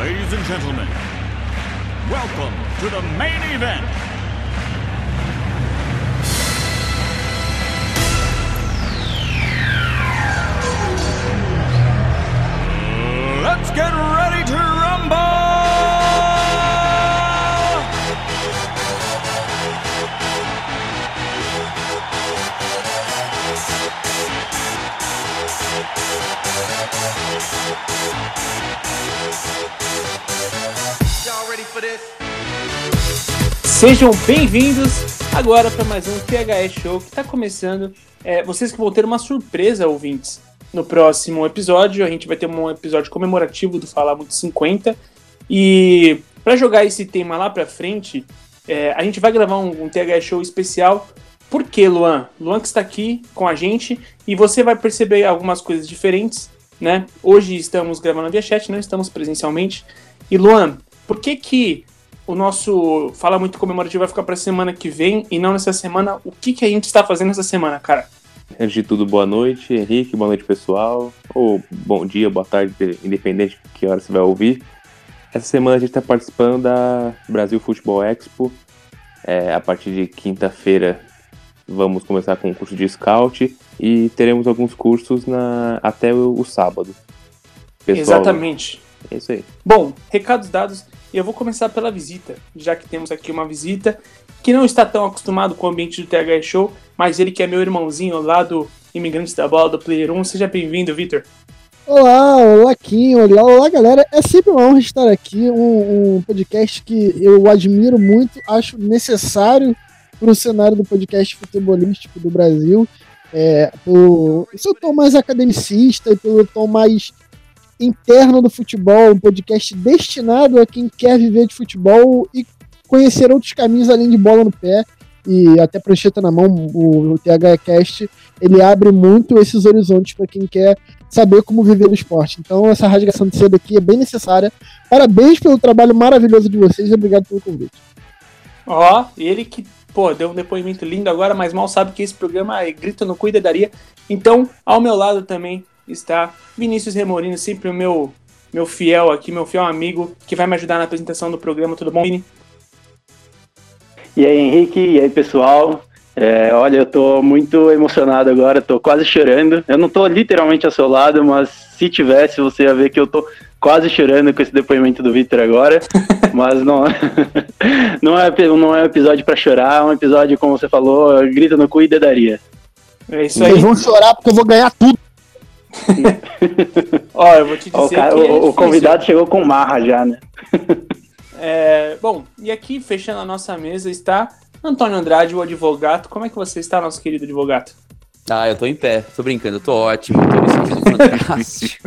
Ladies and gentlemen, welcome to the main event. Let's get ready to rumble! Sejam bem-vindos agora para mais um THS Show que está começando. Vocês que vão ter uma surpresa, ouvintes. No próximo episódio, a gente vai ter um episódio comemorativo do Falar Muito 50. E para jogar esse tema lá para frente, a gente vai gravar um THS Show especial. Por quê, Luan? Luan que está aqui com a gente e você vai perceber algumas coisas diferentes, né? Hoje estamos gravando via chat, não estamos presencialmente. E Luan, por que o nosso Fala Muito comemorativo vai ficar para a semana que vem e não nessa semana? O que a gente está fazendo essa semana, cara? Antes de tudo, boa noite, Henrique, boa noite, pessoal. Ou bom dia, boa tarde, independente de que hora você vai ouvir. Essa semana a gente está participando da Brasil Futebol Expo. A partir de quinta-feira vamos começar com um curso de Scout e teremos alguns cursos até o sábado. Pessoal, exatamente. É isso aí. Bom, recados dados. E eu vou começar pela visita, já que temos aqui uma visita que não está tão acostumado com o ambiente do THS Show, mas ele que é meu irmãozinho lá do Imigrantes da Bola, do Player 1. Seja bem-vindo, Vitor. Olá, Kim, olá, galera. É sempre uma honra estar aqui, um podcast que eu admiro muito, acho necessário para o cenário do podcast futebolístico do Brasil. Eu tô mais academicista e pelo tom mais interno do futebol, um podcast destinado a quem quer viver de futebol e conhecer outros caminhos além de bola no pé. E até prancheta na mão, o THCast, ele abre muito esses horizontes para quem quer saber como viver do esporte. Então essa rasgação de cedo aqui é bem necessária. Parabéns pelo trabalho maravilhoso de vocês e obrigado pelo convite. Ele que, deu um depoimento lindo agora, mas mal sabe que esse programa é grito no cu e dedaria. Então, ao meu lado também está Vinícius Remorino, sempre o meu fiel aqui, meu fiel amigo, que vai me ajudar na apresentação do programa. Tudo bom, Vini? E aí, Henrique, e aí, pessoal? Olha, eu tô muito emocionado agora, tô quase chorando. Eu não tô literalmente ao seu lado, mas se tivesse, você ia ver que eu tô quase chorando com esse depoimento do Vitor agora. Mas não é um episódio pra chorar, é um episódio, como você falou, grita no cu e dedaria. É isso aí. Vocês vão chorar porque eu vou ganhar tudo. Eu vou te dizer o convidado chegou com marra já, né? Bom, e aqui fechando a nossa mesa está Antônio Andrade, o advogado. Como é que você está, nosso querido advogado? Eu tô em pé, tô brincando, eu tô ótimo, tô me sentindo fantástico.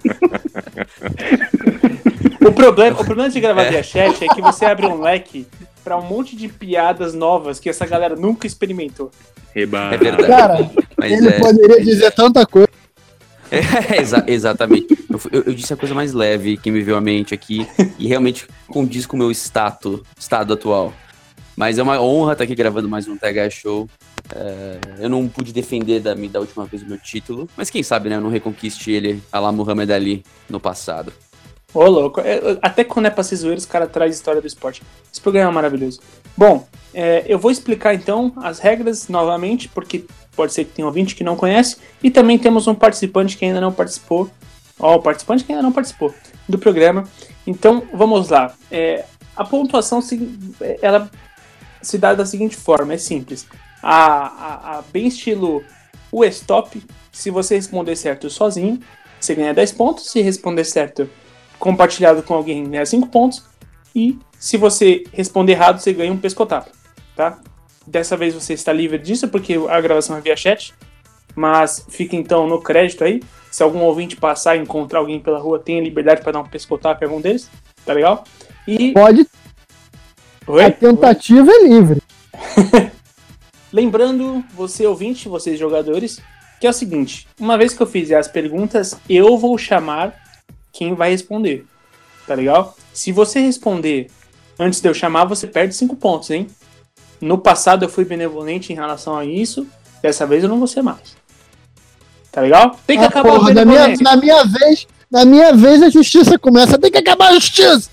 O problema de gravar via chat é que você abre um leque para um monte de piadas novas que essa galera nunca experimentou. É verdade. Cara, ele poderia dizer tanta coisa. Exatamente. Eu disse a coisa mais leve que me veio à mente aqui e realmente condiz com o meu estado atual. Mas é uma honra estar aqui gravando mais um THS Show. Eu não pude defender da última vez o meu título, mas quem sabe, né, eu não reconquiste ele a la Muhammad Ali no passado. Ô, louco. Até quando é pra ser zoeiro, os caras trazem história do esporte. Esse programa é maravilhoso. Bom, eu vou explicar então as regras novamente, porque pode ser que tenha um ouvinte que não conhece, e também temos um participante que ainda não participou. O participante que ainda não participou do programa. Então, vamos lá. A pontuação, ela se dá da seguinte forma, é simples. Bem estilo o stop, se você responder certo sozinho, você ganha 10 pontos, se responder certo compartilhado com alguém, ganha 5 pontos, e se você responder errado, você ganha um pescotapa, tá? Dessa vez você está livre disso, porque a gravação é via chat, mas fica então no crédito aí. Se algum ouvinte passar e encontrar alguém pela rua, tem a liberdade para dar um pescotapa em algum deles, tá legal? E... Pode. Oi? A tentativa é livre. Lembrando, você ouvinte, vocês jogadores, que é o seguinte, uma vez que eu fizer as perguntas, eu vou chamar quem vai responder, tá legal? Se você responder antes de eu chamar, você perde 5 pontos, hein? No passado eu fui benevolente em relação a isso, dessa vez eu não vou ser mais. Tá legal? Tem que acabar o na minha vez, Na minha vez, a justiça começa. Tem que acabar a justiça!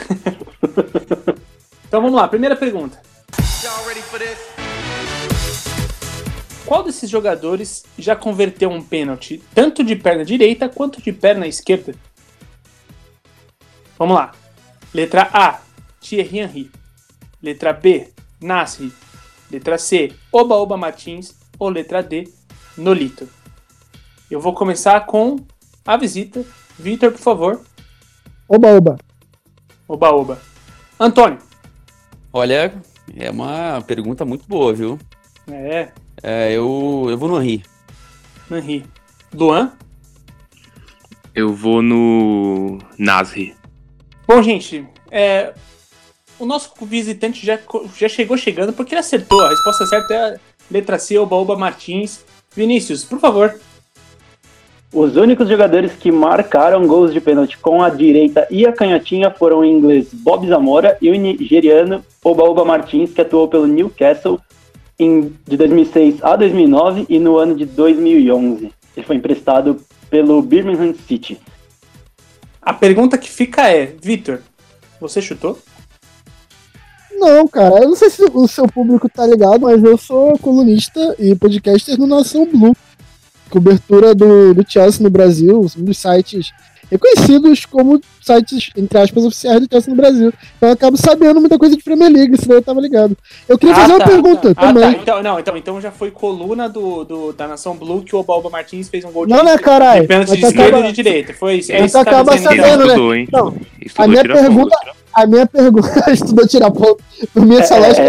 Então vamos lá, primeira pergunta. Qual desses jogadores já converteu um pênalti tanto de perna direita quanto de perna esquerda? Vamos lá. Letra A, Thierry Henry. Letra B, Nasri. Letra C, Oba Martins. Ou letra D, Nolito. Eu vou começar com a visita. Vitor, por favor. Oba. Oba. Antônio. Olha, é uma pergunta muito boa, viu? Eu vou no Henry. Henry. Luan. Eu vou no Nasri. Bom, gente, o nosso visitante já chegou chegando porque ele acertou. A resposta certa é a letra C, Oba Martins. Vinícius, por favor. Os únicos jogadores que marcaram gols de pênalti com a direita e a canhotinha foram o inglês Bob Zamora e o nigeriano Oba Martins, que atuou pelo Newcastle de 2006 a 2009 e no ano de 2011. Ele foi emprestado pelo Birmingham City. A pergunta que fica é, Vitor, você chutou? Não, cara, eu não sei se o seu público tá ligado, mas eu sou colunista e podcaster no Nação Blue. Cobertura do Chelsea no Brasil, um dos sites reconhecidos como sites, entre aspas, oficiais do Chelsea no Brasil. Então eu acabo sabendo muita coisa de Premier League, senão eu tava ligado. Eu queria fazer uma pergunta também. Então já foi coluna da Nação Blue que o Oba Martins fez um gol de caralho. De pênalti de esquerda e de direita. Foi isso. Você acaba sabendo, né? Não, a minha pergunta estudou tirar ponto. Por mim, essa lógica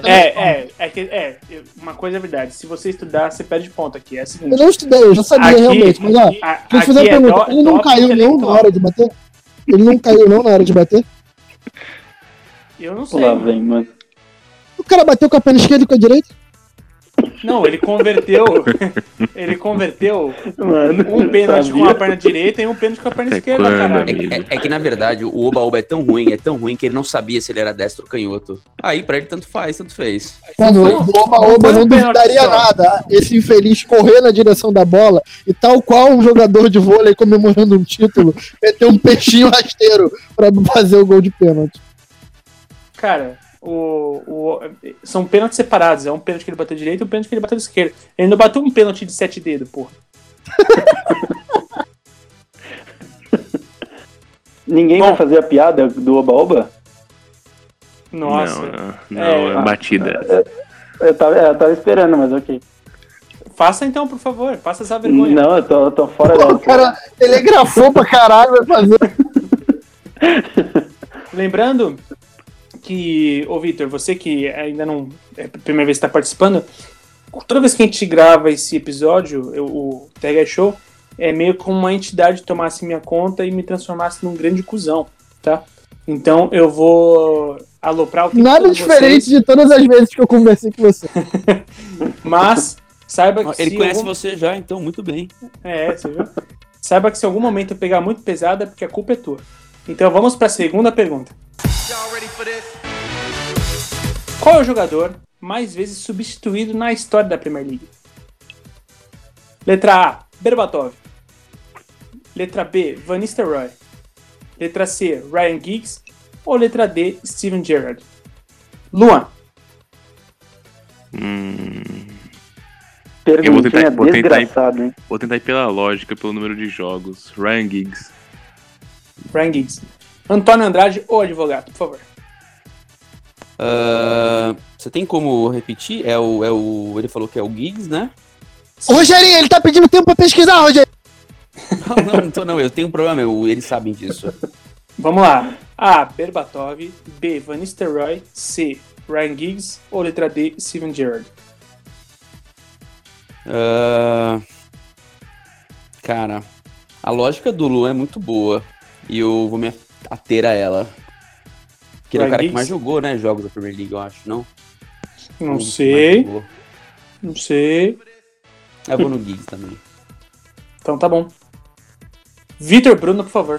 uma coisa é verdade. Se você estudar, você perde ponto aqui. É a seguinte. Eu não estudei, eu já sabia realmente. Mas ó, deixa eu fazer uma pergunta. Ele não caiu não na hora de bater? Ele não caiu não na hora de bater? Eu não sei. Lá vem, mano. O cara bateu com a perna esquerda e com a direita? Não, ele converteu. Mano, um pênalti com a perna direita e um pênalti com a perna esquerda, caralho. É que na verdade o Oba é tão ruim que ele não sabia se ele era destro ou canhoto. Aí pra ele tanto fez. Mano, o Oba não duvidaria nada. Esse infeliz correr na direção da bola e tal qual um jogador de vôlei comemorando um título, meter um peixinho rasteiro pra fazer o gol de pênalti. Cara, são pênaltis separados. É um pênalti que ele bateu direito e um pênalti que ele bateu esquerdo. Ele não bateu um pênalti de 7 dedos, porra. Ninguém vai fazer a piada do Oba? Nossa. Não, batida. Eu tava esperando, mas ok. Faça então, por favor. Faça essa vergonha. Não, eu tô fora dessa. O cara telegrafou pra caralho, vai fazer. Lembrando que, Vitor, você que ainda não é a primeira vez que está participando, toda vez que a gente grava esse episódio, o TH Show, é meio como uma entidade tomasse minha conta e me transformasse num grande cuzão, tá? Então eu vou aloprar o tempo nada diferente de todas as vezes que eu conversei com você. Mas saiba que ele conhece você já, então muito bem. Você viu? Saiba que se em algum momento eu pegar muito pesado é porque a culpa é tua. Então vamos para a segunda pergunta. Qual é o jogador mais vezes substituído na história da Premier League? Letra A, Berbatov. Letra B, Van Nistelrooy. Letra C, Ryan Giggs. Ou letra D, Steven Gerrard? Luan. Perguntinha desgraçada, hein? Vou tentar ir pela lógica, pelo número de jogos. Ryan Giggs. Ryan Giggs. Antônio Andrade ou advogado, por favor. Você tem como repetir? Ele falou que é o Giggs, né? Ô, Rogerinho, ele tá pedindo tempo pra pesquisar, Rogerinho. Não, eu tenho um problema, eles sabem disso. Vamos lá. A, Berbatov. B, Van Nistelrooy. C, Ryan Giggs. Ou letra D, Steven Gerrard? Cara, a lógica do Lu é muito boa. E eu vou me ater a ela. Que ele é o cara que mais jogou, né? Jogos da Premier League, eu acho, não? Não sei. Eu vou no Giggs também. Então tá bom. Vitor Bruno, por favor.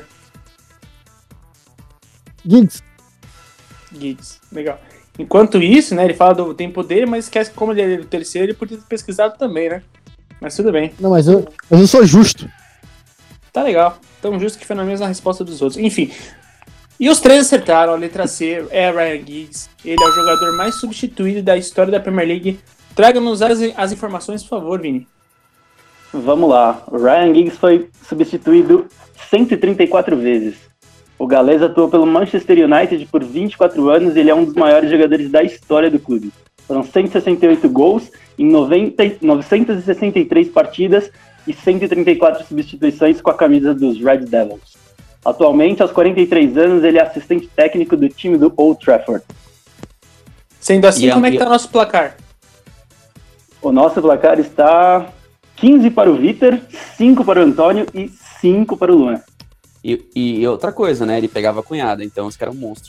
Giggs. Legal. Enquanto isso, né, ele fala do tempo dele, mas esquece que como ele é o terceiro, ele podia ter pesquisado também, né? Mas tudo bem. Não, mas eu sou justo. Tá legal. Tão justo que foi na mesma resposta dos outros. Enfim. E os três acertaram. A letra C é Ryan Giggs. Ele é o jogador mais substituído da história da Premier League. Traga-nos as informações, por favor, Vini. Vamos lá. O Ryan Giggs foi substituído 134 vezes. O galês atuou pelo Manchester United por 24 anos e ele é um dos maiores jogadores da história do clube. Foram 168 gols em 963 partidas e 134 substituições com a camisa dos Red Devils. Atualmente, aos 43 anos, ele é assistente técnico do time do Old Trafford. Sendo assim, como é que tá o nosso placar? O nosso placar está 15 para o Vitor, 5 para o Antônio e 5 para o Luan. E outra coisa, né? Ele pegava a cunhada, então esse cara é um monstro.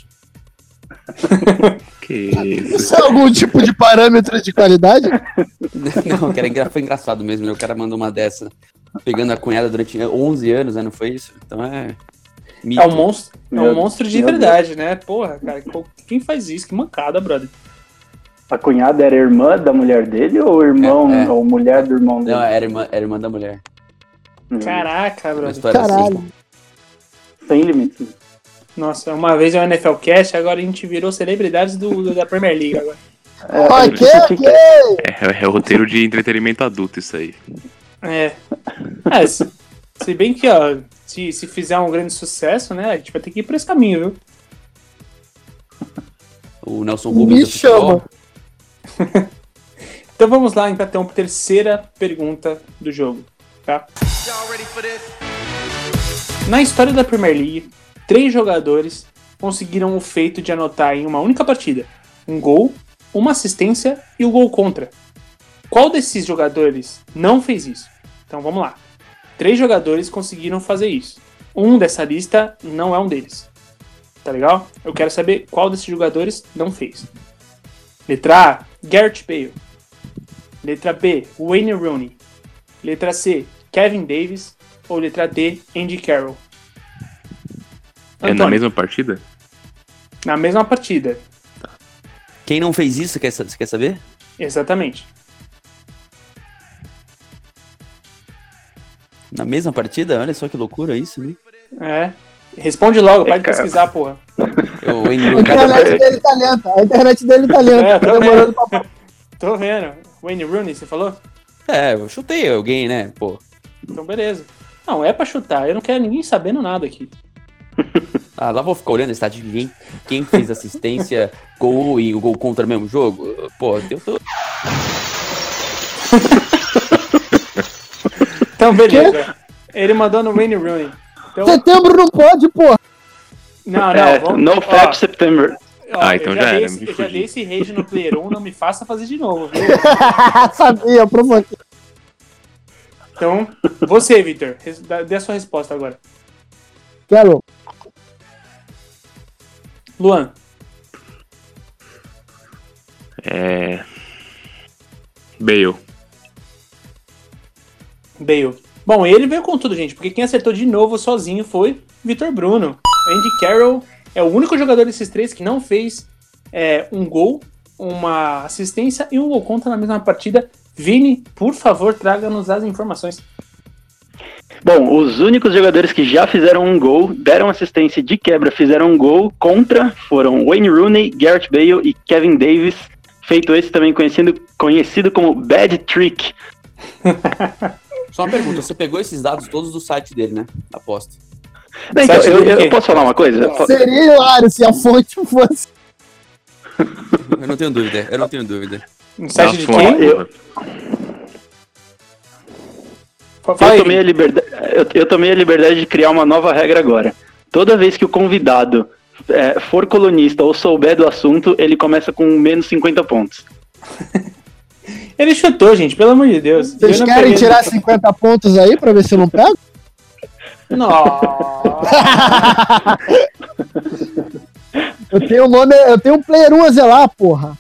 Que isso. Isso é algum tipo de parâmetro de qualidade? Não, foi engraçado mesmo, né? O cara mandou uma dessa, pegando a cunhada durante 11 anos, né? Não foi isso? Então é... mito. É um monstro de verdade, né? Porra, cara, quem faz isso? Que mancada, brother. A cunhada era irmã da mulher dele ou irmão ou mulher do irmão dele? Não, era irmã da mulher. Caraca, Uma brother. história Caralho. assim. Sem limites. Nossa, uma vez é o NFL Cast, agora a gente virou celebridades da Premier League agora. É o roteiro de entretenimento adulto, isso aí. Se bem que, ó, se fizer um grande sucesso, né, a gente vai ter que ir por esse caminho, viu? O Nelson Rubens Me do futebol. chama. Então vamos lá, então, terceira pergunta do jogo, tá? Na história da Premier League, 3 jogadores conseguiram o feito de anotar em uma única partida um gol, uma assistência e o gol contra. Qual desses jogadores não fez isso? Então vamos lá. 3 jogadores conseguiram fazer isso. Um dessa lista não é um deles. Tá legal? Eu quero saber qual desses jogadores não fez. Letra A, Gareth Bale. Letra B, Wayne Rooney. Letra C, Kevin Davis. Ou letra D, Andy Carroll. É na Antônio, mesma partida? na mesma partida. Quem não fez isso, você quer saber? Exatamente. Na mesma partida? Olha só que loucura isso, né? É. Responde logo, para de pesquisar, porra. O Wayne A Rooney- internet dele tá lenta. A internet dele tá lenta. Tá tô demorando vendo. pra... Tô vendo. Wayne Rooney, você falou? eu chutei alguém, né? Pô. Então beleza. Não, é pra chutar. Eu não quero ninguém sabendo nada aqui. Ah, lá vou ficar olhando a estatística de quem fez assistência, gol e o gol contra o mesmo jogo. Pô, eu tô... Então beleza. Ele mandou no Wayne Rooney. Então, Setembro não pode, porra. não, vamos... No Fap September. Então eu já era, dei me eu já fugi. dei esse rage no Player 1, não me faça fazer de novo, viu? Sabia, provoquei. Então, você, Victor, dê a sua resposta agora. Quero. Luan, Bale. Bale. Bom, ele veio com tudo, gente, porque quem acertou de novo sozinho foi Vitor Bruno. Andy Carroll é o único jogador desses 3 que não fez um gol, uma assistência e um gol contra na mesma partida. Vini, por favor, traga-nos as informações. Bom, os únicos jogadores que já fizeram um gol, deram assistência de quebra, fizeram um gol contra, foram Wayne Rooney, Gareth Bale e Kevin Davis, feito esse também conhecido como Bad Trick. Só uma pergunta, você pegou esses dados todos do site dele, né? Aposto. Então, Site do quê? eu posso falar uma coisa? Seria hilário se a fonte fosse. Eu não tenho dúvida. No site de Nossa, quem? Fala aí, Eu tomei a liberdade de criar uma nova regra agora. Toda vez que o convidado for colunista ou souber do assunto, ele começa com menos 50 pontos. Ele chutou, gente, pelo amor de Deus. Vocês Eu não querem peguei- tirar 50 pontos aí pra ver se eu não pego? Nossa. Eu tenho um player 1 a zelar, porra.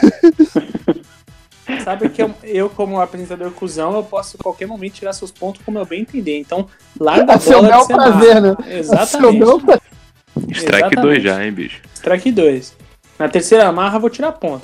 Sabe que eu, como apresentador cuzão, eu posso a qualquer momento tirar seus pontos como eu bem entender. Então, larga a A seu bola bel de ser prazer, amarra. né? Exatamente. A seu bel prazer. Strike Exatamente. 2 já, hein, bicho? Strike 2. Na terceira amarra, eu vou tirar ponto.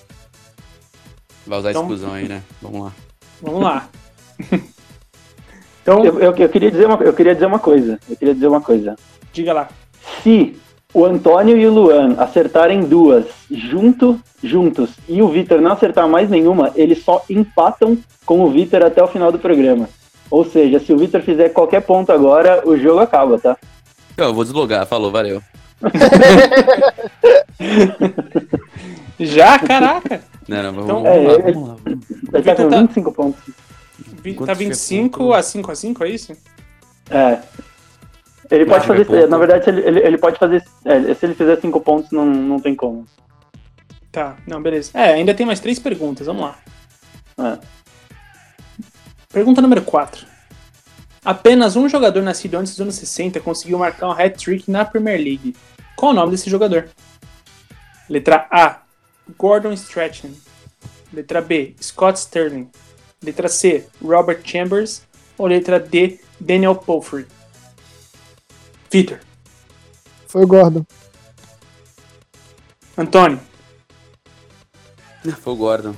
Vai usar Então- exclusão aí, né? Vamos lá. Vamos lá. Então, Eu queria dizer uma coisa. diga lá. Se o Antônio e o Luan acertarem duas juntos e o Vitor não acertar mais nenhuma, eles só empatam com o Vitor até o final do programa. Ou seja, se o Vitor fizer qualquer ponto agora, o jogo acaba, tá? Eu vou deslogar, falou, valeu. Já? Caraca! Não, vamos, Então, vamos lá. Ele tá com Vitor tá- 25 pontos. Tá 25 a 5 a 5, é isso? É. Ele pode tiver fazer. ponto. Na verdade, ele pode fazer. Se ele fizer 5 pontos, não tem como. Tá, não, beleza. Ainda tem mais 3 perguntas, vamos lá. É. Pergunta número 4. Apenas um jogador nascido antes dos anos 60 conseguiu marcar um hat-trick na Premier League. Qual o nome desse jogador? Letra A, Gordon Strachan. Letra B, Scott Sterling. Letra C, Robert Chambers. Ou letra D, Daniel Pulfrey? Vitor. Foi o Gordon. Antônio. Foi o Gordon.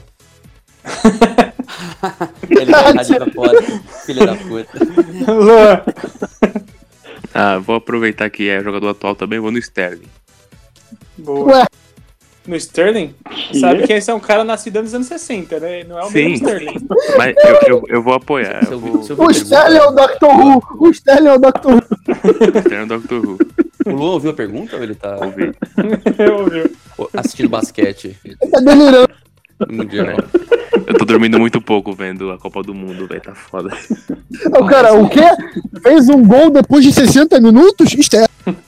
Ele vai na dica foda, filha da puta. Luan. Vou aproveitar que é jogador atual também, vou no Sterling. Boa. Ué, No Sterling? Sabe que esse é um cara nascido nos anos 60, né? Não é o Sim. mesmo Sterling. Mas eu vou apoiar. Eu vou... Se eu vi o Sterling é o Dr. Who. O Sterling é o Dr. Who. Sterling Doctor Who. O Luan ouviu a pergunta ou ele tá Ouvi. Eu ouvi. assistindo basquete? Ele tá delirando. No Mundial. Eu tô dormindo muito pouco vendo a Copa do Mundo, velho. Tá foda. O cara, o quê? Fez um gol depois de 60 minutos? Sterling.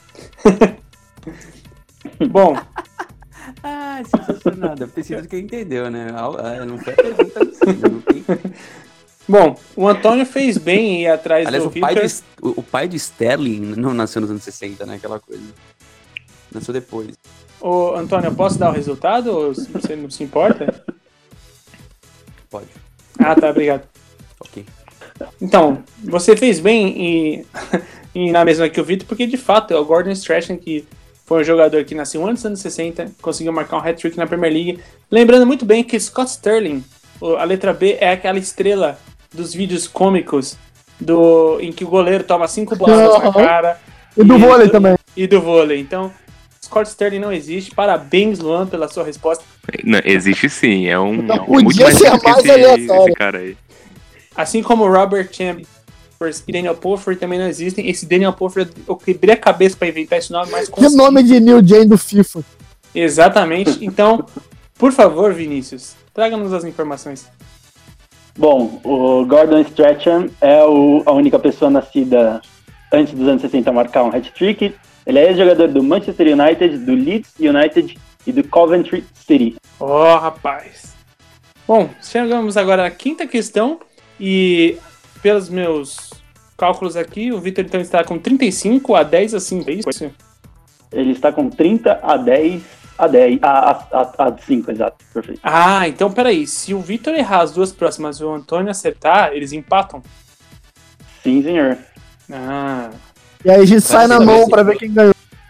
Bom, Ah, sensacional. Deve ter sido quem entendeu, né? Não foi a pergunta absurda, não tem. Bom, o Antônio fez bem em ir atrás Aliás, do o pai de Sterling não nasceu nos anos 60, né? Aquela coisa. Nasceu depois. Ô, Antônio, eu posso dar o resultado ou você não se importa? Pode. Ah, tá, obrigado. Ok. Então, você fez bem em ir na mesma que o Vitor, porque de fato é o Gordon Strachan que foi um jogador que nasceu antes dos anos 60, conseguiu marcar um hat-trick na Premier League. Lembrando muito bem que Scott Sterling, a letra B, é aquela estrela dos vídeos cômicos em que o goleiro toma 5 boladas na cara. E do vôlei também. E do vôlei. Então, Scott Sterling não existe. Parabéns, Luan, pela sua resposta. Não, existe sim, é Não, é muito podia mais ser difícil mais que aleatório. esse cara aí. Assim como Robert Chambers e Daniel Pulfrey também não existem. Esse Daniel Pulfrey, eu quebrei a cabeça pra inventar esse nome, mas Que consegui. nome de New Jane do FIFA. Exatamente. Então, por favor, Vinícius, traga-nos as informações. Bom, o Gordon Strachan é a única pessoa nascida antes dos anos 60 a marcar um hat-trick. Ele é ex-jogador do Manchester United, do Leeds United e do Coventry City. Oh, rapaz. Bom, chegamos agora à quinta questão e, pelos meus cálculos aqui, o Vitor então está com 35 a 10 a 5, é isso? Ele está com 30 a 10 a 5, exato, perfeito. Ah, então peraí, se o Vitor errar as duas próximas e o Antônio acertar, eles empatam? Sim, senhor. Ah, E aí a gente sai na ser, mão vai ser. pra ver quem ganhou.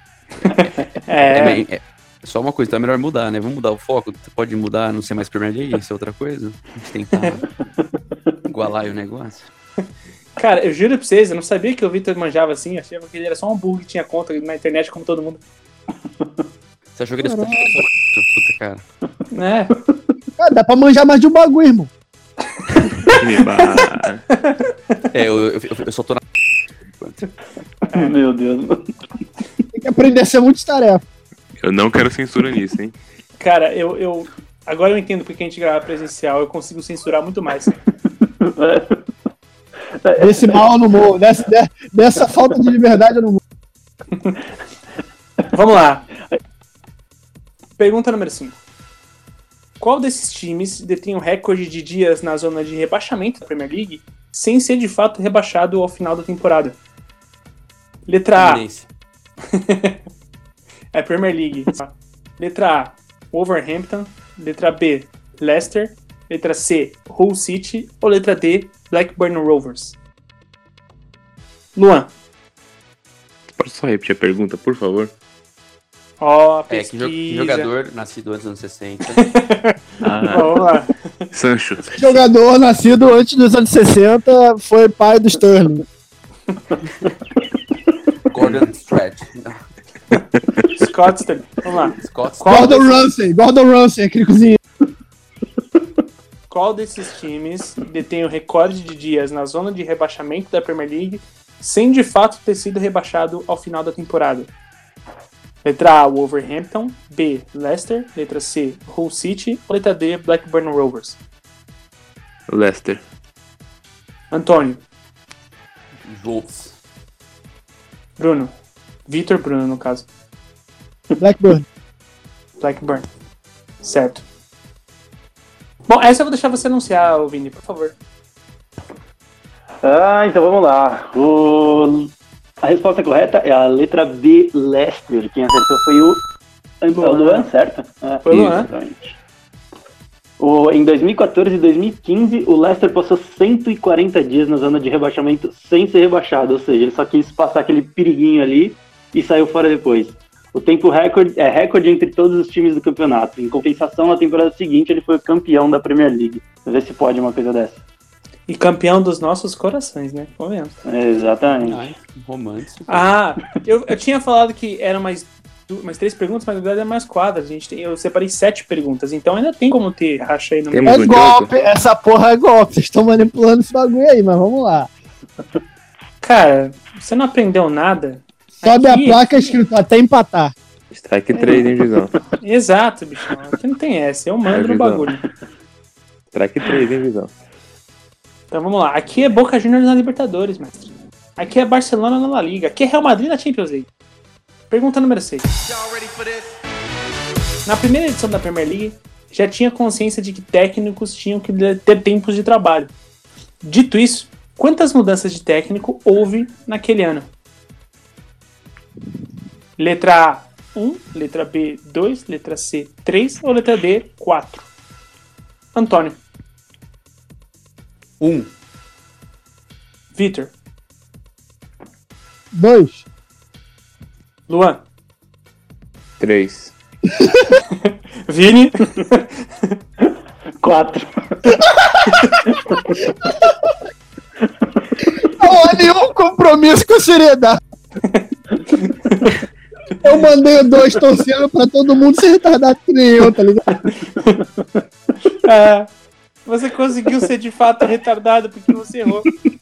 é. Só uma coisa, então é melhor mudar, né? Vamos mudar o foco. Pode mudar, não ser mais Premier League, isso é outra coisa. A gente tentar igualar aí o negócio. Cara, eu juro pra vocês, eu não sabia que o Vitor manjava assim, achava que ele era só um burro que tinha conta na internet como todo mundo. Você achou que ele ia puta, cara. Né? Cara, dá pra manjar mais de um bagulho, irmão. Eu só tô na. Meu Deus. Tem que aprender a ser muito tarefa. Eu não quero censura nisso, hein? Cara, agora eu entendo porque a gente grava presencial, eu consigo censurar muito mais. Desse mal eu não morro. Dessa falta de liberdade eu não morro. Vamos lá. Pergunta número 5. Qual desses times detém o recorde de dias na zona de rebaixamento da Premier League sem ser de fato rebaixado ao final da temporada? Letra A. Fluminense. É Premier League. Letra A, Wolverhampton. Letra B, Leicester. Letra C, Hull City. Ou letra D, Blackburn Rovers? Luan. Pode só repetir a pergunta, por favor? Ó, Que pesquisa. jogador nascido antes dos anos 60. Ah, Vamos lá. Sancho. Jogador nascido antes dos anos 60, foi pai do Sterling. Gordon Stretch. Scott Sterling. Vamos lá. Scott Gordon Ramsay, aquele cozinheiro. Qual desses times detém o recorde de dias na zona de rebaixamento da Premier League sem de fato ter sido rebaixado ao final da temporada? Letra A, Wolverhampton. B, Leicester. Letra C, Hull City. Ou letra D, Blackburn Rovers? Leicester. Antônio. Wolves. Bruno. Vitor Bruno, no caso. Blackburn. Blackburn. Certo. Bom, essa eu vou deixar você anunciar, Vini, por favor. Então vamos lá. A resposta correta é a letra B, Leicester. Quem acertou foi o Luan, certo? Foi o Luan. Exatamente. Em 2014 e 2015, o Leicester passou 140 dias na zona de rebaixamento sem ser rebaixado, ou seja, ele só quis passar aquele periguinho ali e saiu fora depois. O tempo recorde é recorde entre todos os times do campeonato. Em compensação, na temporada seguinte, ele foi campeão da Premier League. Vê se pode uma coisa dessa. E campeão dos nossos corações, né? Convenhamos. Exatamente. Ai, romântico. Eu tinha falado que eram mais 3 perguntas, mas na verdade é mais 4. Eu separei 7 perguntas, então ainda tem como ter racha aí no meio. Temos É um golpe, essa porra é golpe. Vocês estão manipulando esse bagulho aí, mas vamos lá. Cara, você não aprendeu nada? Sobe Aqui- a placa escrito até empatar. Strike 3, hein, Visão? Exato, bichão. Aqui não tem essa, eu mando no visão. bagulho. Strike 3, hein, Visão? Então vamos lá. Aqui é Boca Juniors na Libertadores, mestre. Aqui é Barcelona na La Liga. Aqui é Real Madrid na Champions League. Pergunta número 6. Na primeira edição da Premier League, já tinha consciência de que técnicos tinham que ter tempos de trabalho. Dito isso, quantas mudanças de técnico houve naquele ano? Letra A, 1. Letra B, 2. Letra C, 3. Ou letra D, 4? Antônio. 1. Vitor. 2. Luan. 3. Vini. 4. Não há nenhum compromisso com a seriedade. Eu mandei o 2 torcendo pra todo mundo ser retardado que nem eu, tá ligado? Você conseguiu ser de fato retardado porque você errou.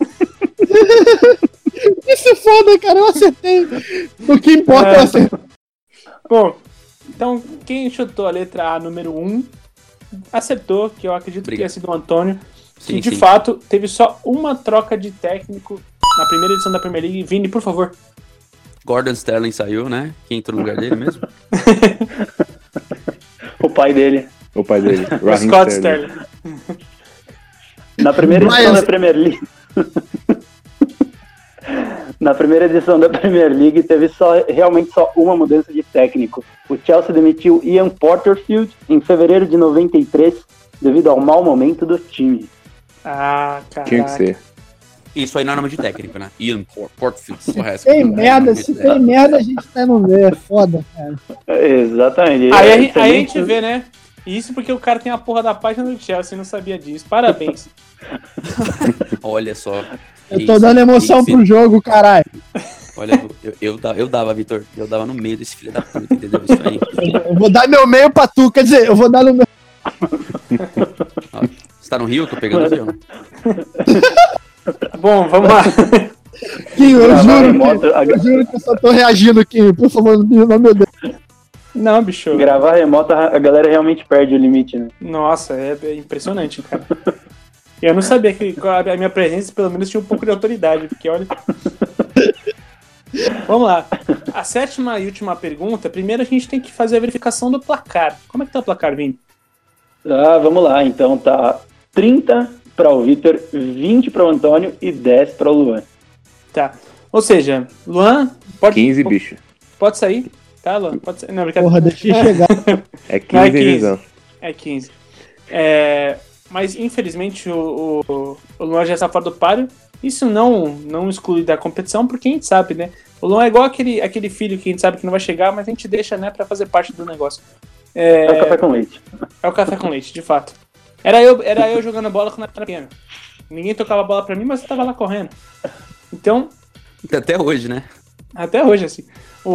Que se foda, cara, eu acertei. O que importa é eu acertei. Bom, então quem chutou a letra A número 1 acertou, que eu acredito que tenha sido o Antônio, que Sim, de sim. fato teve só uma troca de técnico na primeira edição da Premier League. Vini, por favor. Gordon Sterling saiu, né? Quem entrou no lugar dele mesmo? O pai dele. O pai dele. Raheem Scott Sterling. Na primeira edição Mas- da Premier League. Na primeira edição da Premier League teve realmente só uma mudança de técnico. O Chelsea demitiu Ian Porterfield em fevereiro de 93 devido ao mau momento do time. Caraca. Tinha que ser. Isso aí não é nome de técnico, né? Ian Porterfield. Tem merda, se tem merda, a gente tá no meio. É foda, cara. Exatamente. Aí a Também- gente vê, né? Isso porque o cara tem a porra da página do Chelsea e não sabia disso. Parabéns. Olha só. Eu tô dando emoção pro jogo, caralho. Olha, eu dava, Vitor. Eu dava no meio desse filho da puta, entendeu? Isso aí. Eu vou dar meu meio pra tu, quer dizer, eu vou dar no meu. Ó, você tá no Rio? Eu tô pegando o avião. Bom, vamos lá. Kim, eu Gravar juro, remoto, eu juro que eu só tô reagindo, Kim. Por favor, não meu Deus. Não, bicho. Gravar remoto, a galera realmente perde o limite, né? Nossa, é impressionante, cara. Eu não sabia que a minha presença, pelo menos, tinha um pouco de autoridade, porque olha. Vamos lá. A 7ª e última pergunta. Primeiro a gente tem que fazer a verificação do placar. Como é que tá o placar, Vini? Vamos lá. Então tá 30 para o Vitor, 20 para o Antônio e 10 para o Luan. Tá. Ou seja, Luan, pode, 15, bicho. pode sair. Tá, Luan? Pode sair. Não, brincadeira. Porra, deixa eu chegar. É 15, Não, é hein, 15. Visão? É 15. Mas, infelizmente, o Luan já está fora do páreo. Isso não exclui da competição, porque a gente sabe, né? O Luan é igual aquele filho que a gente sabe que não vai chegar, mas a gente deixa, né, pra fazer parte do negócio. É o café com leite. É o café com leite, de fato. Era eu jogando bola quando eu era pequeno. Ninguém tocava a bola pra mim, mas eu tava lá correndo. Então, Até hoje, né? até hoje, assim.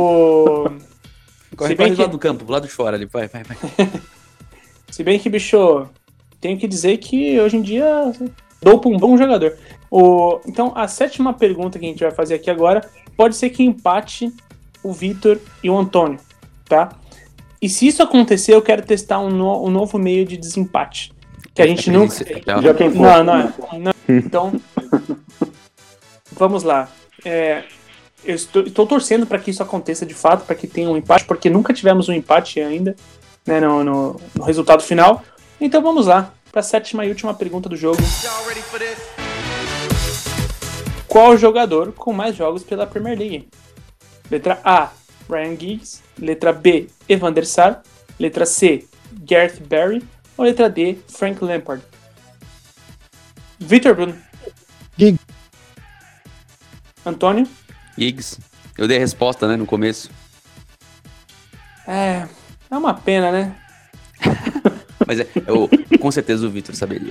Corre Se bem do que- lado do campo, do lado de fora ali. Vai. Se bem que, bicho, tenho que dizer que hoje em dia dou pra um bom jogador. Então, a 7ª pergunta que a gente vai fazer aqui agora pode ser que empate o Vitor e o Antônio, tá? E se isso acontecer, eu quero testar um novo meio de desempate. Que a gente nunca... Já quem for. Não. Então, vamos lá. Eu estou torcendo para que isso aconteça de fato, para que tenha um empate, porque nunca tivemos um empate ainda, né, no resultado final. Então vamos lá, para a 7ª e última pergunta do jogo. Qual o jogador com mais jogos pela Premier League? Letra A, Ryan Giggs. Letra B, Evan der Sar. Letra C, Gareth Barry. Ou letra D, Frank Lampard? Vitor Bruno. Giggs. Antônio? Giggs. Eu dei a resposta, né, no começo. É uma pena, né? Mas com certeza o Vitor saberia.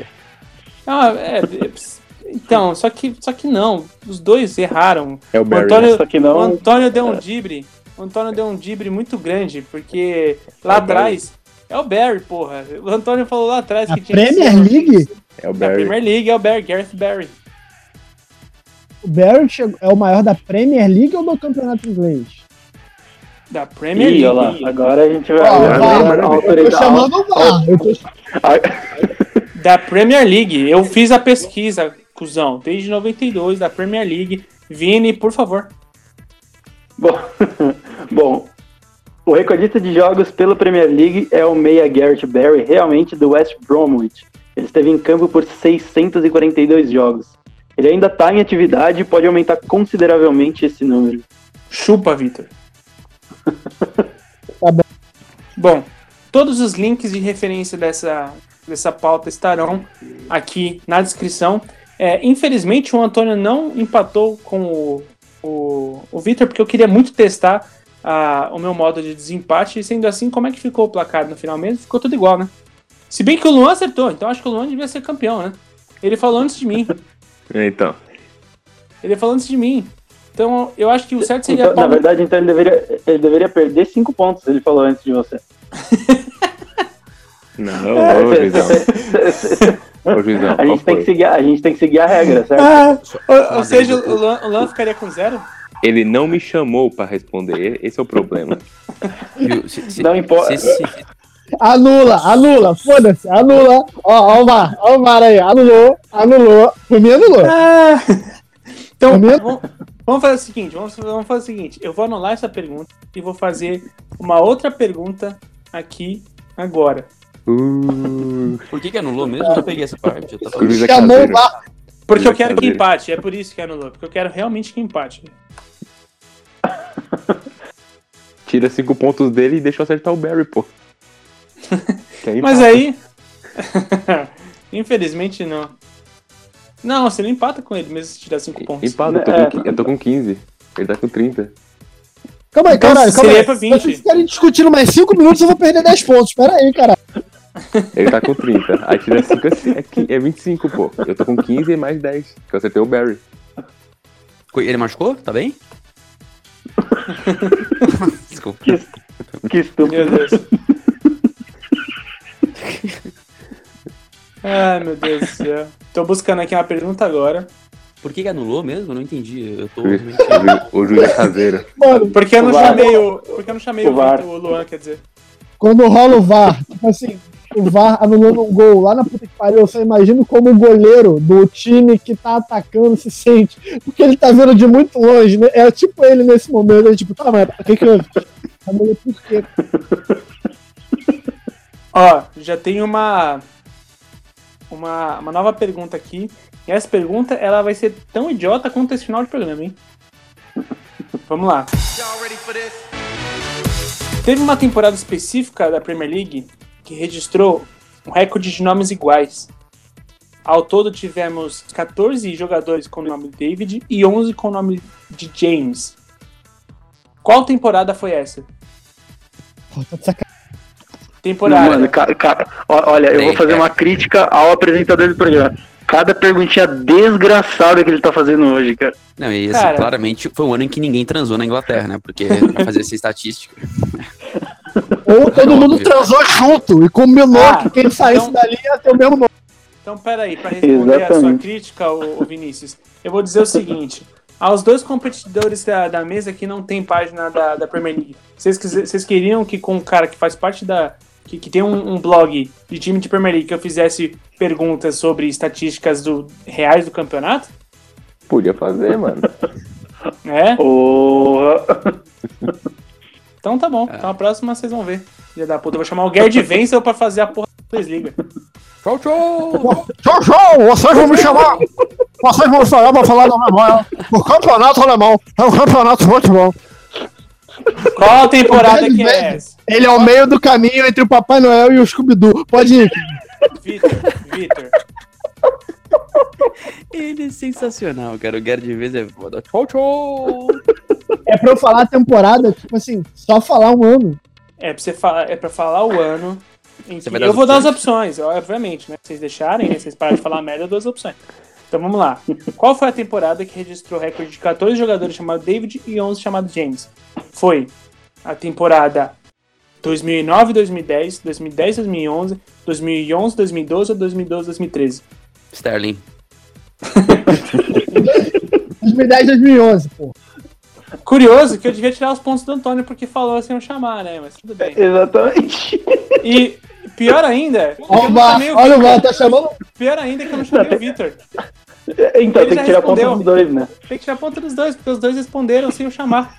Então, só que não. Os dois erraram. É o Barry. Antônio, Só que não. O Antônio deu um dibre. O Antônio deu um dibre muito grande, porque lá É o Barry. atrás é o Barry, porra. O Antônio falou lá atrás A que tinha que Premier ser- League, É o Na Barry. Premier League é o Barry, Gareth Barry. o Barry é o maior da Premier League ou do campeonato inglês? Da Premier Ih, olha League. lá, agora a gente vai Ó, ver vai, a eu tô autoridade. chamando o VAR. Da Premier League. Eu fiz a pesquisa, cuzão. Desde 92, da Premier League. Vini, por favor. Bom, o recordista de jogos pela Premier League é o meia Gareth Barry, realmente do West Bromwich. Ele esteve em campo por 642 jogos. Ele ainda está em atividade e pode aumentar consideravelmente esse número. Chupa, Vitor. Tá bom. Bom, todos os links de referência dessa pauta estarão aqui na descrição. Infelizmente, o Antônio não empatou com o Vitor, porque eu queria muito testar o meu modo de desempate. E sendo assim, como é que ficou o placar no final mesmo? Ficou tudo igual, né? Se bem que o Luan acertou, então acho que o Luan devia ser campeão, né? Ele falou antes de mim. Então. Ele falou antes de mim. Então, eu acho que o certo seria... Então, na verdade, então ele deveria perder 5 pontos, ele falou antes de você. Não, ô, Juizão. Ô, Juizão, A gente tem que seguir a regra, certo? Ou seja, o Luan ficaria com 0? Ele não me chamou pra responder, esse é o problema. Viu? Não importa. Anula, foda-se, anula. Ó o VAR aí, anulou. Por mim anulou. Então, É mesmo? vamos fazer o seguinte. Eu vou anular essa pergunta e vou fazer uma outra pergunta aqui agora. Por que anulou mesmo? Eu não peguei essa parte. Eu tava... O juiz é Chamou o caseiro. VAR. Porque eu quero que Caseiro. empate, é por isso que anulou. Porque eu quero realmente que empate. Tira 5 pontos dele e deixa eu acertar o Barry, pô. Que aí Mas empata. aí... Infelizmente, não. Não, você não empata com ele, mesmo se tirar 5 pontos. Empata, eu tô com 15. Ele tá com 30. Calma aí, Então, caralho, calma seria aí. pra Se 20. vocês ficarem discutindo mais 5 minutos, eu vou perder 10 pontos. Pera aí, caralho. Ele tá com 30. Aí tira 5 é 25, pô. Eu tô com 15 e mais 10. Que eu acertei o Barry. Ele machucou? Tá bem? Desculpa. Que estúpido. Meu Deus. Ai, meu Deus do céu. Tô buscando aqui uma pergunta agora. Por que anulou mesmo? Eu não entendi. Eu tô... O juiz é caseiro. Mano, Porque eu não O VAR. chamei O VAR. o Luan, quer dizer. quando rola o VAR, tipo assim, o VAR anulando um gol lá na puta que pariu, eu só imagino como o goleiro do time que tá atacando se sente. Porque ele tá vendo de muito longe, né? É tipo ele nesse momento, ele tipo, tá, mas o que eu... Anulou por quê? Ó, já tem uma nova pergunta aqui. E essa pergunta, ela vai ser tão idiota quanto esse final de programa, hein? Vamos lá. Teve uma temporada específica da Premier League que registrou um recorde de nomes iguais. Ao todo tivemos 14 jogadores com o nome de David e 11 com o nome de James. Qual temporada foi essa? Pô, tá de sacanagem. Temporada. Mano, olha, eu vou fazer uma crítica ao apresentador do programa. Cada perguntinha desgraçada que ele tá fazendo hoje, cara. Não, e assim, Cara. claramente foi um ano em que ninguém transou na Inglaterra, né? Porque pra fazer essa estatística. Ou todo mundo Óbvio. transou junto e combinou Ah, que quem saísse então- dali ia ter o mesmo nome. Então, peraí, para responder a sua Exatamente. crítica, ô Vinícius, eu vou dizer o seguinte: aos dois competidores da mesa que não tem página da Premier League, vocês queriam que com um cara que faz parte que tem um blog de time de Premier League que eu fizesse perguntas sobre estatísticas reais do campeonato? Podia fazer, mano. É? Porra. Então tá bom. Então a próxima vocês vão ver. Filha da puta, eu vou chamar o Gerd Wenzel pra fazer a porra da Bundesliga. Tchau, tchau! Tchau, tchau! Vocês vão me chamar! Vocês vão chamar pra falar da memória. O campeonato alemão é um campeonato de futebol. Qual a temporada que é essa? Ele é o meio do caminho entre o Papai Noel e o Scooby-Doo. Pode ir. Vitor. Ele é sensacional, cara. O Gerd Wenzel é foda. Tchau, tchau! É pra eu falar a temporada, tipo assim, só falar um ano. É pra falar o ano. Em que Você vai dar eu as vou dar as opções, obviamente, né? Se vocês deixarem, né? Vocês param de falar merda, eu dou as opções. Então vamos lá. Qual foi a temporada que registrou o recorde de 14 jogadores chamados David e 11 chamados James? Foi a temporada 2009-2010, 2010-2011, 2011-2012 ou 2012-2013? Sterling. 2010, 2011, pô. Curioso que eu devia tirar os pontos do Antônio porque falou sem eu chamar, né? Mas tudo bem. Exatamente. E pior ainda, que eu Olha o não VAR, chamei o olha o Vitor. VAR, tá chamando. Pior ainda que eu não chamei o Vitor. Então Ele tem já que tirar ponto respondeu. dos dois, né? Tem que tirar ponta dos dois, porque os dois responderam sem eu chamar.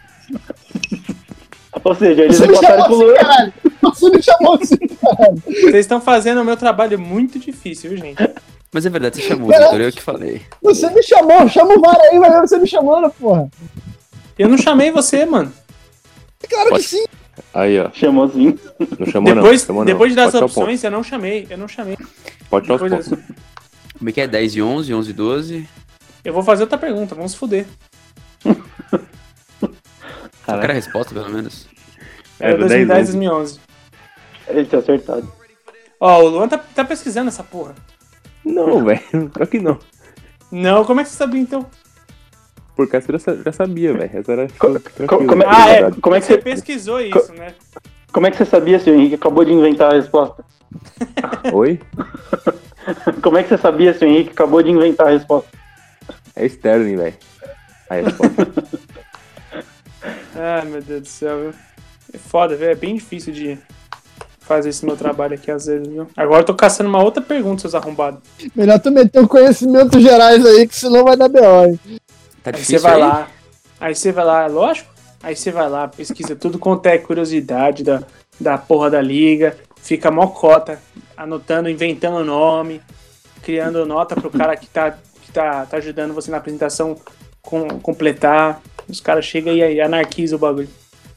Ou seja, eles Você me empataram chamou com o assim, Luan. caralho. Você me chamou assim, caralho. Vocês estão fazendo o meu trabalho muito difícil, viu, gente? Mas é verdade, você chamou, Caraca. Vitor. Eu que falei. Você me chamou, chama o VAR aí, vai ver você me chamando, porra. Eu não chamei você, mano. Claro Pode. que sim. Aí, ó. Chamou assim. Não chamou Depois, não. Chamou depois de dar não. as Pode tirar o opções, eu não chamei. Eu não chamei. ponto. Pode tirar os Depois pontos. Como é que é? 10 e 11, 11 e 12? Eu vou fazer outra pergunta, vamos se fuder. Eu quero a resposta, pelo menos. Era do 10, 2010 11. 2011. Ele tinha acertado. Ó, o Luan tá pesquisando essa porra. Não, velho. Claro que não. Não, como é que você sabia então? Porque essa eu já sabia, velho. Essa era como tranquilo. é- Ah, é. verdade. Como é que Você você- pesquisou isso, né? Como é que você sabia, senhor Henrique? Acabou de inventar a resposta. Oi? Como é que você sabia, senhor Henrique? Acabou de inventar a resposta. É Sterling, velho. Aí, resposta. Ah, meu Deus do céu, viu? É foda, velho. É bem difícil de fazer esse meu trabalho aqui às vezes, viu? Agora eu tô caçando uma outra pergunta, seus arrombados. Melhor tu meter um conhecimentos gerais aí, que senão vai dar B.O., hein? Tá Aí difícil você vai aí? lá. Aí você vai lá, lógico. Aí você vai lá, pesquisa tudo quanto é curiosidade da porra da liga. Fica mó cota, anotando, inventando nome, criando nota pro cara que tá ajudando você na apresentação completar. Os caras chegam e aí anarquizam o bagulho.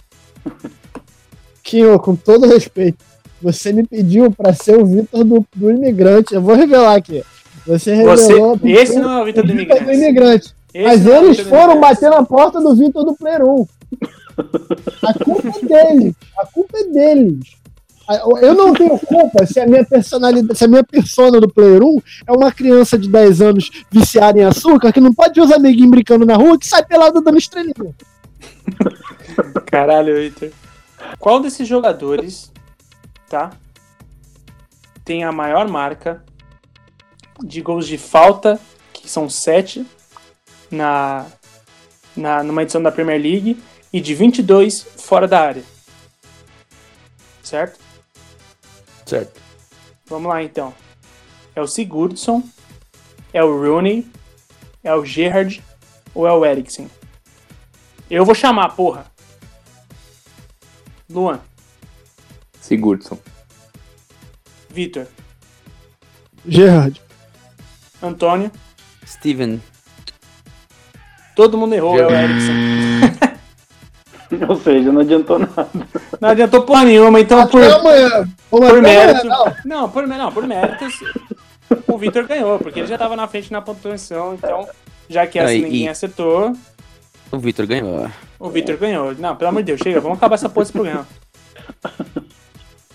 Quinho, com todo respeito, você me pediu pra ser o Vitor do imigrante. Eu vou revelar aqui. Você revelou. Esse não é o Vitor do Imigrante. imigrante. Esse Mas não é o eles Vitor do foram Imigrante. bater na porta do Vitor do Player 1. A culpa é deles. A culpa é deles. Eu não tenho culpa se a minha personalidade, se a minha persona do Player 1 é uma criança de 10 anos viciada em açúcar que não pode ver os amiguinhos brincando na rua que sai pelado dando estrelinha. Caralho, Vitor. Qual desses jogadores, tá? Tem a maior marca de gols de falta, que são 7 numa edição da Premier League, e de 22 fora da área. Certo? Certo. Vamos lá então. É o Sigurdsson, é o Rooney, é o Gerrard ou é o Eriksen? Eu vou chamar, porra. Luan, Sigurdsson. Vitor, Gerard. Antônio, Steven. todo mundo errou, é o Gerrard. Eriksen. Ou seja, não adiantou nada. Não adiantou porra nenhuma, então por amanhã. mérito. Por méritos, o Vitor ganhou, porque ele já tava na frente na pontuação, então, já que essa Aí, ninguém e- acertou, O Vitor ganhou. o Vitor ganhou. Não, pelo amor de Deus, chega, vamos acabar essa porra desse programa.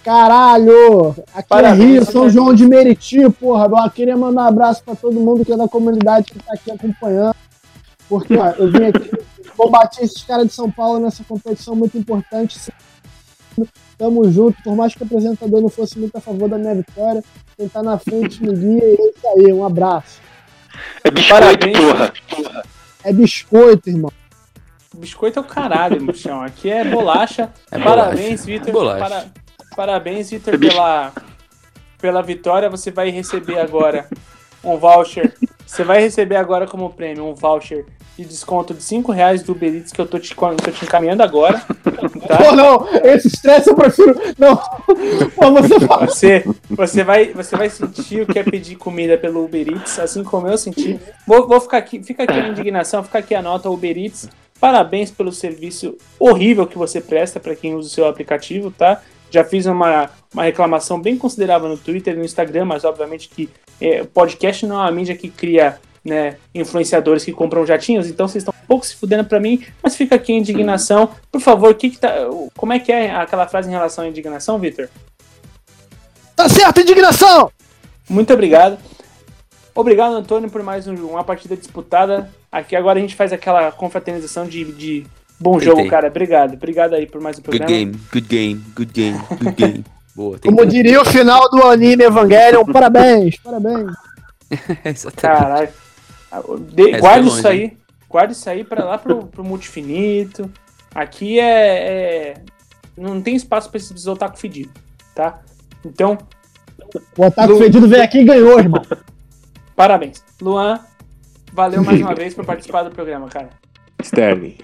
caralho! Aqui Parabéns, é Rio, São Vitor. João de Meriti, porra. Eu queria mandar um abraço pra todo mundo que é da comunidade que tá aqui acompanhando. Porque, ó, eu vim aqui, combati esses caras de São Paulo nessa competição muito importante. Tamo junto, por mais que o apresentador não fosse muito a favor da minha vitória, quem tá na frente me guia e é isso aí, um abraço. É biscoito, Parabéns. porra. É biscoito, irmão. Biscoito é o caralho, Muxão. Aqui é bolacha. É Parabéns, bolacha. Vitor. Bolacha. Parabéns, Vitor, pela vitória. Você vai receber agora um voucher. Você vai receber agora como prêmio um voucher de desconto de R$5 do Uber Eats que eu tô te encaminhando agora. Tá? Pô, não, esse estresse eu prefiro. Não. Pô, você fala. Você vai sentir o que é pedir comida pelo Uber Eats, assim como eu senti. Vou ficar aqui, fica aqui a indignação, fica aqui a nota Uber Eats. Parabéns pelo serviço horrível que você presta para quem usa o seu aplicativo, tá? Já fiz uma reclamação bem considerável no Twitter e no Instagram, mas obviamente que podcast não é uma mídia que cria, né, influenciadores que compram jatinhos, então vocês estão um pouco se fudendo pra mim, mas fica aqui a indignação. Por favor, como é que é aquela frase em relação à indignação, Vitor? Tá certo, indignação! Muito obrigado. Obrigado, Antônio, por mais uma partida disputada. Aqui agora a gente faz aquela confraternização de bom jogo, Tentei. cara. Obrigado aí por mais um Good programa. game, good game, good game, good game. Boa, tem Como diria o final do anime Evangelion, parabéns, parabéns. Exatamente. Caralho. Essa Guarde é longe, isso aí. Guarde isso aí pra lá pro multifinito. Aqui não tem espaço pra esses otaku fedidos, tá? Então, O Otaku Fedido veio aqui e ganhou, irmão. parabéns. Luan, valeu mais uma vez por participar do programa, cara. Sterling.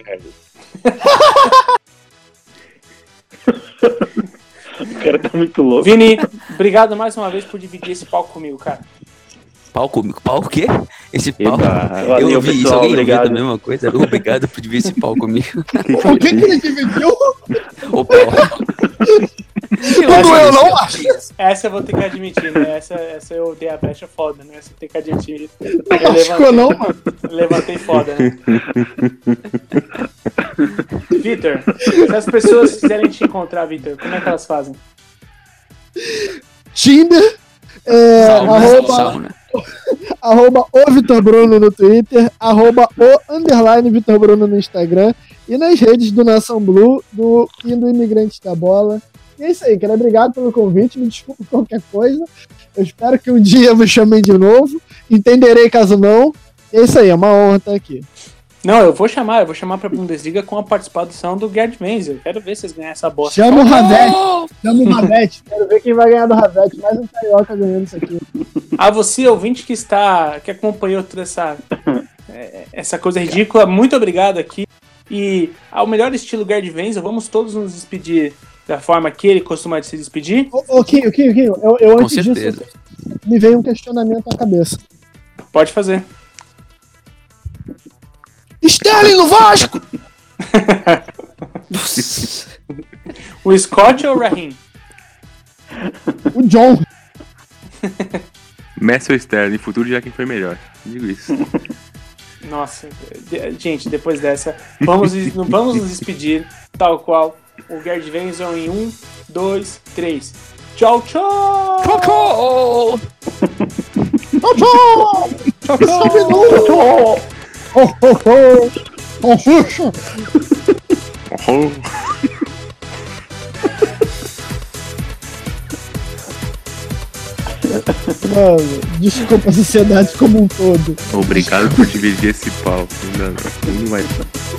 O cara tá muito louco. Vini, obrigado mais uma vez por dividir esse palco comigo, cara. Pau comigo. Pau o quê? Esse pau. Eba. Eu Valeu, ouvi isso, pessoal, alguém ouviu obrigado. a mesma coisa? Obrigado por dividir esse pau comigo. O que ele dividiu? O pau. Não doeu, não, macho? Essa eu vou ter que admitir, né? Essa eu dei a brecha foda, né? Essa eu tenho que admitir. Não machucou, não, mano. Levantei foda, né? Vitor, se as pessoas quiserem te encontrar, Vitor, como é que elas fazem? Tinder, Sauna. arroba o Vitor Bruno no Twitter, arroba o _Vitor Bruno no Instagram e nas redes do Nação Blue e do Imigrante da Bola. E é isso aí, cara. Obrigado pelo convite, me desculpa qualquer coisa. Eu espero que um dia me chamem de novo. Entenderei caso não. E é isso aí, é uma honra estar aqui. Não, eu vou chamar pra Bundesliga com a participação do Gerd Wenzel. Quero ver vocês ganharem essa bosta. Chama o Ravete. Quero ver quem vai ganhar do Ravete. Mais um carioca ganhando isso aqui. A você, ouvinte que acompanhou toda essa coisa ridícula, muito obrigado aqui. E ao melhor estilo Gerd Wenzel, vamos todos nos despedir da forma que ele costuma se despedir. Ô, Kinho, eu Com antes certeza. disso, me veio um questionamento à cabeça. Pode fazer. Sterling no Vasco! O Scott ou o Raheem? O John. Messi ou Sterling, futuro já quem foi melhor. Digo isso. Nossa, gente, depois dessa, vamos nos despedir, tal qual o Gerd Wenzel em 1, 2, 3. Tchau, tchau! Tchau, tchau! Tchau, tchau! Confuxa! Oh. Mano, desculpa a sociedade como um todo. Obrigado por dividir esse pau. Não vai.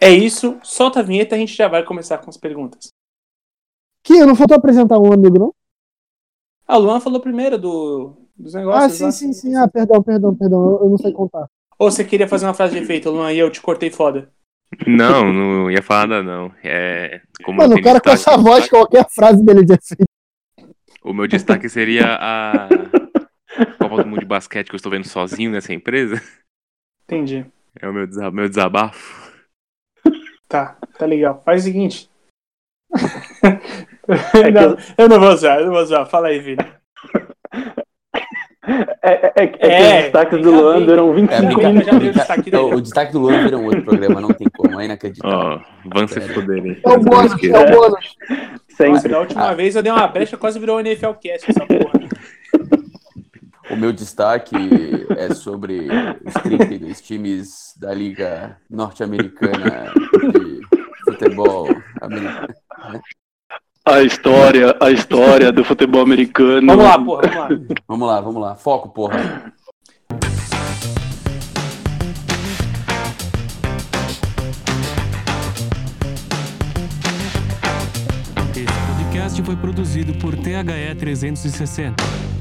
É isso, solta a vinheta e a gente já vai começar com as perguntas. Que não faltou apresentar um amigo, não? O Luan falou primeiro dos negócios. Sim. Perdão. Eu não sei contar. Ou você queria fazer uma frase de efeito, Luan, e eu te cortei foda? Não ia falar nada, não. Mano, o cara com essa voz, qualquer frase dele de efeito. O meu destaque seria a Copa do Mundo de Basquete que eu estou vendo sozinho nessa empresa. Entendi. É o meu desabafo. Tá legal. Faz o seguinte. Eu não vou usar. Fala aí, filho. Que os destaques do Luan duram 25 minutos. O destaque do Luan vira um outro programa, não tem como, é inacreditável. Vão se foderem. É o bônus. Sempre. Da última vez eu dei uma brecha, quase virou um NFL Cast essa porra. O meu destaque é sobre os 32 times da Liga Norte-Americana de Futebol Americano. A história do futebol americano. Vamos lá, porra, Vamos lá. Foco, porra. Esse podcast foi produzido por THE 360.